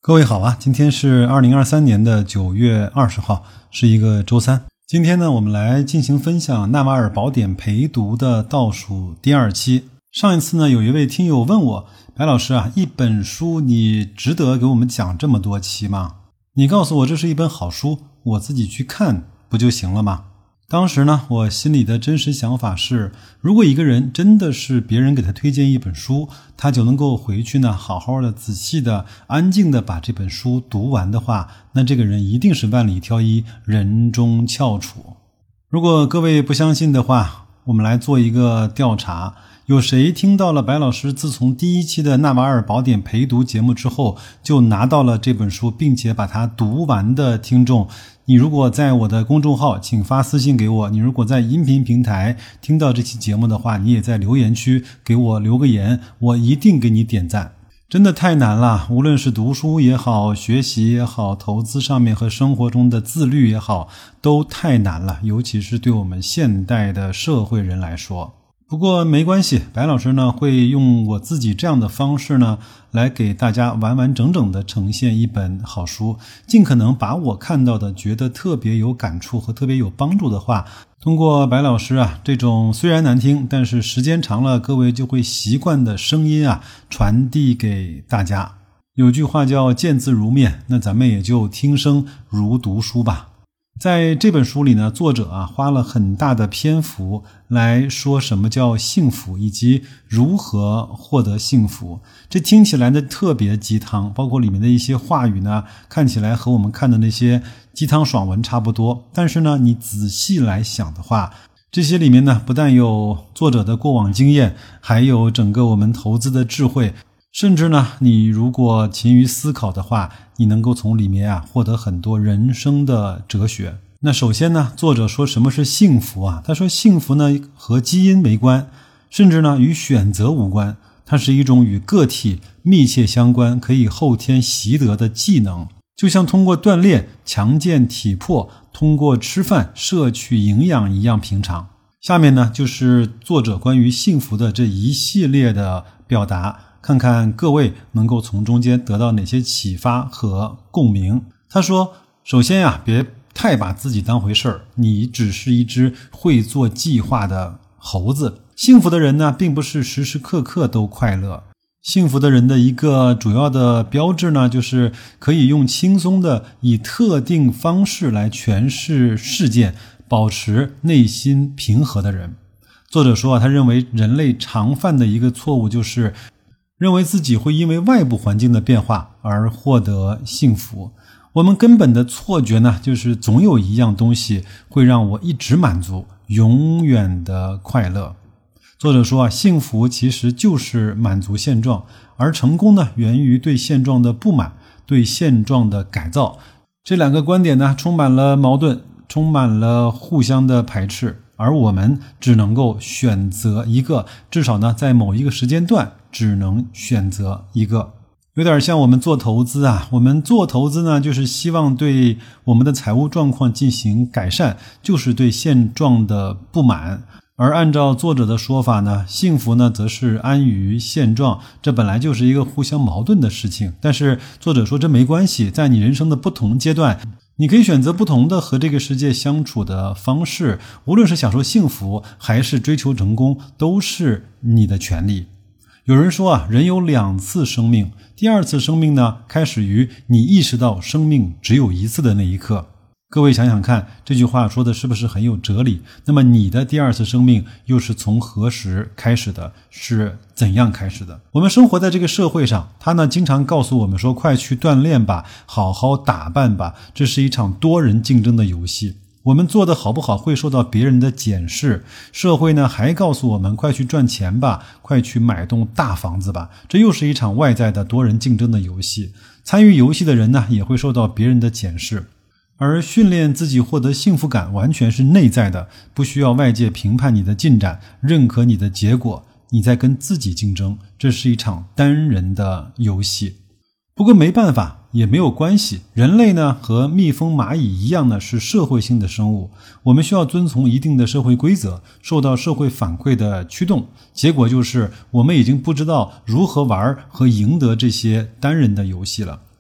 各位好啊，今天是2023年的9月20号，是一个周三。今天呢，我们来进行分享《纳瓦尔宝典》陪读的倒数第2期。上一次呢，有一位听友问我，白老师啊，一本书你值得给我们讲这么多期吗？你告诉我这是一本好书，我自己去看不就行了吗？当时呢，我心里的真实想法是，如果一个人真的是别人给他推荐一本书，他就能够回去呢，好好的、仔细的、安静的把这本书读完的话，那这个人一定是万里挑一，人中翘楚。如果各位不相信的话，我们来做一个调查，有谁听到了白老师自从第1期的纳瓦尔宝典陪读节目之后，就拿到了这本书，并且把它读完的听众？你如果在我的公众号，请发私信给我。你如果在音频平台听到这期节目的话，你也在留言区给我留个言，我一定给你点赞。真的太难了，无论是读书也好，学习也好，投资上面和生活中的自律也好，都太难了，尤其是对我们现代的社会人来说。不过没关系，白老师呢会用我自己这样的方式呢，来给大家完完整整的呈现一本好书，尽可能把我看到的觉得特别有感触和特别有帮助的话，通过白老师啊这种虽然难听，但是时间长了各位就会习惯的声音啊，传递给大家。有句话叫见字如面，那咱们也就听声如读书吧。在这本书里呢，作者啊花了很大的篇幅来说什么叫幸福，以及如何获得幸福。这听起来呢特别鸡汤，包括里面的一些话语呢，看起来和我们看的那些鸡汤爽文差不多。但是呢，你仔细来想的话，这些里面呢不但有作者的过往经验，还有整个我们投资的智慧。甚至呢，你如果勤于思考的话，你能够从里面啊获得很多人生的哲学。那首先呢，作者说什么是幸福啊？他说幸福呢和基因没关，甚至呢与选择无关，它是一种与个体密切相关，可以后天习得的技能，就像通过锻炼强健体魄，通过吃饭摄取营养一样平常。下面呢就是作者关于幸福的这一系列的表达，看看各位能够从中间得到哪些启发和共鸣。他说，首先啊，别太把自己当回事儿，你只是一只会做计划的猴子。幸福的人呢，并不是时时刻刻都快乐。幸福的人的一个主要的标志呢，就是可以用轻松的以特定方式来诠释事件，保持内心平和的人。作者说啊，他认为人类常犯的一个错误就是认为自己会因为外部环境的变化而获得幸福。我们根本的错觉呢，就是总有一样东西会让我一直满足，永远的快乐。作者说啊，幸福其实就是满足现状，而成功呢，源于对现状的不满，对现状的改造。这两个观点呢，充满了矛盾，充满了互相的排斥，而我们只能够选择一个，至少呢，在某一个时间段只能选择一个。有点像我们做投资啊，我们做投资呢，就是希望对我们的财务状况进行改善，就是对现状的不满。而按照作者的说法呢，幸福呢则是安于现状，这本来就是一个互相矛盾的事情。但是作者说这没关系，在你人生的不同阶段，你可以选择不同的和这个世界相处的方式，无论是享受幸福还是追求成功，都是你的权利。有人说啊，人有2次生命，第2次生命呢，开始于你意识到生命只有1次的那一刻。各位想想看，这句话说的是不是很有哲理？那么你的第2次生命又是从何时开始的？是怎样开始的？我们生活在这个社会上，他呢经常告诉我们说，快去锻炼吧，好好打扮吧，这是一场多人竞争的游戏。我们做的好不好会受到别人的检视，社会呢还告诉我们快去赚钱吧，快去买栋大房子吧，这又是一场外在的多人竞争的游戏。参与游戏的人呢也会受到别人的检视，而训练自己获得幸福感完全是内在的，不需要外界评判你的进展，认可你的结果，你在跟自己竞争，这是一场单人的游戏。不过没办法，也没有关系，人类呢和蜜蜂蚂蚁一样呢是社会性的生物，我们需要遵从一定的社会规则，受到社会反馈的驱动，结果就是我们已经不知道如何玩和赢得这些单人的游戏了。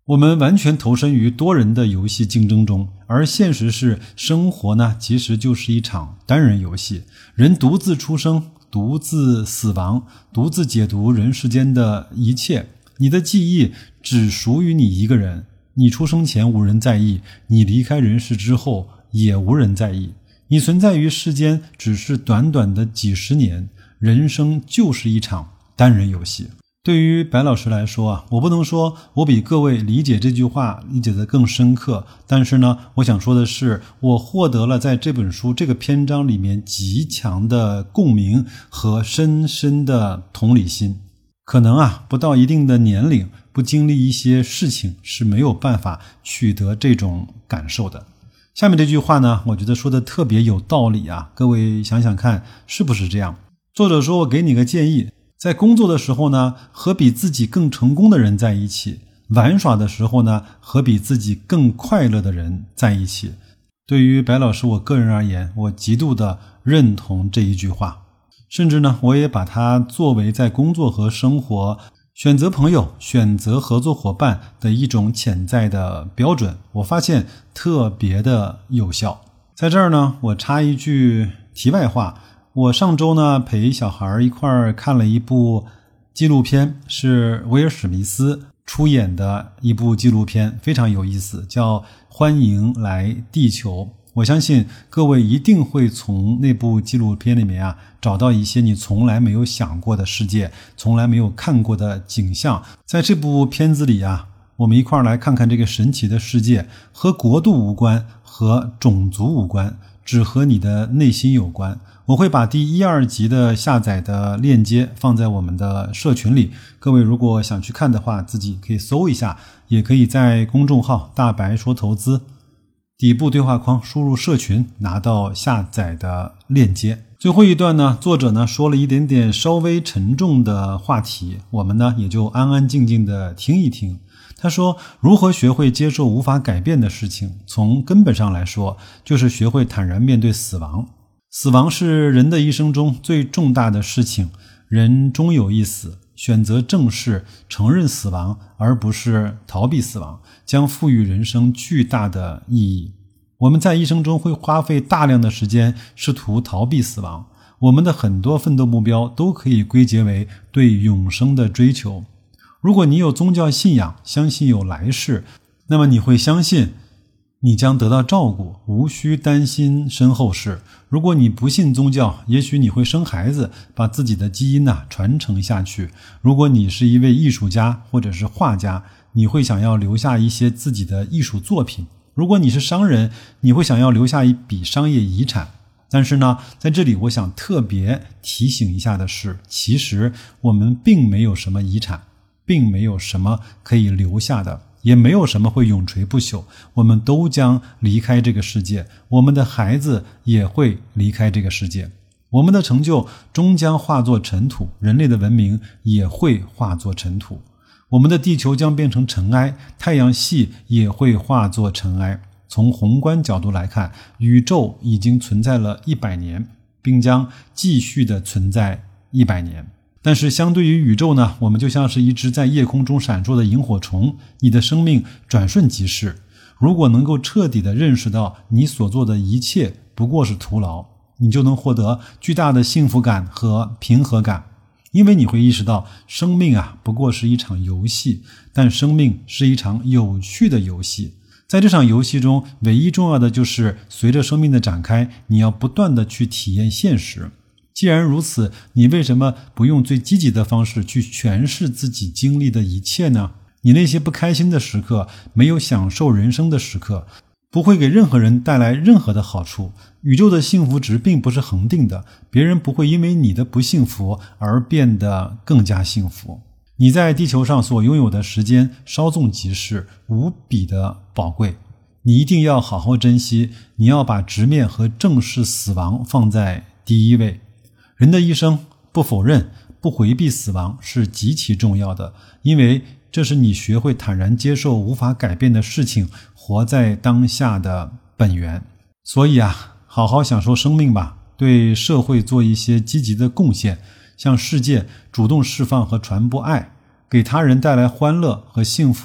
我们完全投身于多人的游戏竞争中，而现实是生活呢，其实就是一场单人游戏。人独自出生，独自死亡，独自解读人世间的一切。你的记忆只属于你一个人，你出生前无人在意，你离开人世之后也无人在意。你存在于世间只是短短的几十年，人生就是一场单人游戏。对于白老师来说我不能说我比各位理解这句话理解得更深刻，但是呢，我想说的是，我获得了在这本书这个篇章里面极强的共鸣和深深的同理心。可能不到一定的年龄，不经历一些事情是没有办法取得这种感受的。下面这句话呢，我觉得说的特别有道理各位想想看是不是这样？作者说，我给你个建议，在工作的时候呢，和比自己更成功的人在一起；玩耍的时候呢，和比自己更快乐的人在一起。对于白老师我个人而言，我极度的认同这一句话，甚至呢，我也把它作为在工作和生活选择朋友、选择合作伙伴的一种潜在的标准，我发现特别的有效。在这儿呢，我插一句题外话，我上周呢陪小孩一块儿看了一部纪录片，是威尔史密斯出演的一部纪录片，非常有意思，叫《欢迎来地球》。我相信各位一定会从那部纪录片里面找到一些你从来没有想过的世界，从来没有看过的景象。在这部片子里我们一块儿来看看这个神奇的世界，和国度无关，和种族无关，只和你的内心有关。我会把第1、2集的下载的链接放在我们的社群里，各位如果想去看的话，自己可以搜一下，也可以在公众号大白说投资底部对话框输入社群，拿到下载的链接。最后一段呢，作者呢说了一点点稍微沉重的话题，我们呢也就安安静静的听一听。他说，如何学会接受无法改变的事情，从根本上来说，就是学会坦然面对死亡。死亡是人的一生中最重大的事情，人终有一死，选择正视承认死亡，而不是逃避死亡，将赋予人生巨大的意义。我们在一生中会花费大量的时间试图逃避死亡，我们的很多奋斗目标都可以归结为对永生的追求。如果你有宗教信仰，相信有来世，那么你会相信你将得到照顾，无需担心身后事。如果你不信宗教，也许你会生孩子，把自己的基因传承下去。如果你是一位艺术家或者是画家，你会想要留下一些自己的艺术作品。如果你是商人，你会想要留下一笔商业遗产。但是呢，在这里我想特别提醒一下的是，其实我们并没有什么遗产，并没有什么可以留下的，也没有什么会永垂不朽，我们都将离开这个世界，我们的孩子也会离开这个世界，我们的成就终将化作尘土，人类的文明也会化作尘土，我们的地球将变成尘埃，太阳系也会化作尘埃。从宏观角度来看，宇宙已经存在了100年，并将继续的存在100年。但是相对于宇宙呢，我们就像是一只在夜空中闪烁的萤火虫，你的生命转瞬即逝。如果能够彻底的认识到你所做的一切不过是徒劳，你就能获得巨大的幸福感和平和感。因为你会意识到生命不过是一场游戏，但生命是一场有趣的游戏。在这场游戏中，唯一重要的就是随着生命的展开，你要不断的去体验现实。既然如此，你为什么不用最积极的方式去诠释自己经历的一切呢？你那些不开心的时刻，没有享受人生的时刻，不会给任何人带来任何的好处。宇宙的幸福值并不是恒定的，别人不会因为你的不幸福而变得更加幸福。你在地球上所拥有的时间稍纵即逝，无比的宝贵，你一定要好好珍惜，你要把直面和正视死亡放在第一位。人的一生，不否认、不回避死亡是极其重要的，因为这是你学会坦然接受无法改变的事情，活在当下的本源。所以好好享受生命吧，对社会做一些积极的贡献，向世界主动释放和传播爱，给他人带来欢乐和幸福，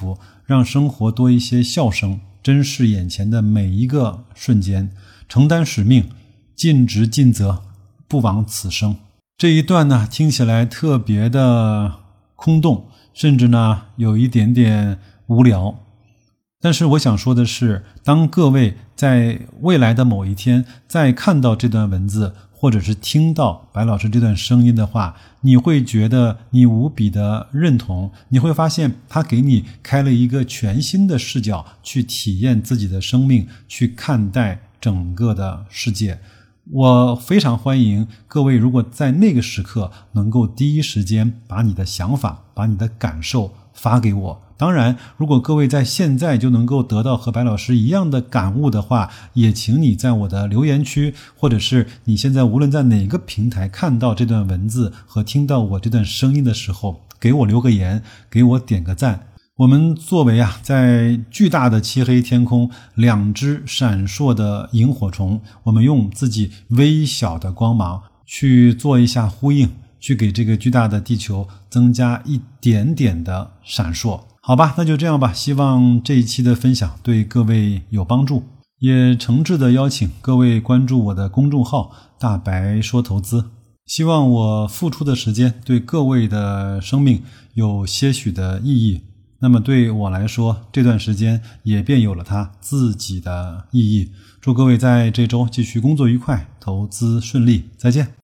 让生活多一些笑声，珍视眼前的每一个瞬间，承担使命，尽职尽责，不枉此生。这一段呢，听起来特别的空洞，甚至呢有一点点无聊。但是我想说的是，当各位在未来的某一天再看到这段文字，或者是听到白老师这段声音的话，你会觉得你无比的认同，你会发现他给你开了一个全新的视角，去体验自己的生命，去看待整个的世界。我非常欢迎各位，如果在那个时刻能够第一时间把你的想法，把你的感受发给我。当然，如果各位在现在就能够得到和白老师一样的感悟的话，也请你在我的留言区，或者是你现在无论在哪个平台看到这段文字和听到我这段声音的时候，给我留个言，给我点个赞。我们作为在巨大的漆黑天空，两只闪烁的萤火虫，我们用自己微小的光芒去做一下呼应，去给这个巨大的地球增加一点点的闪烁。好吧，那就这样吧，希望这一期的分享对各位有帮助，也诚挚的邀请各位关注我的公众号大白说投资，希望我付出的时间对各位的生命有些许的意义，那么对我来说，这段时间也便有了它自己的意义。祝各位在这周继续工作愉快，投资顺利，再见。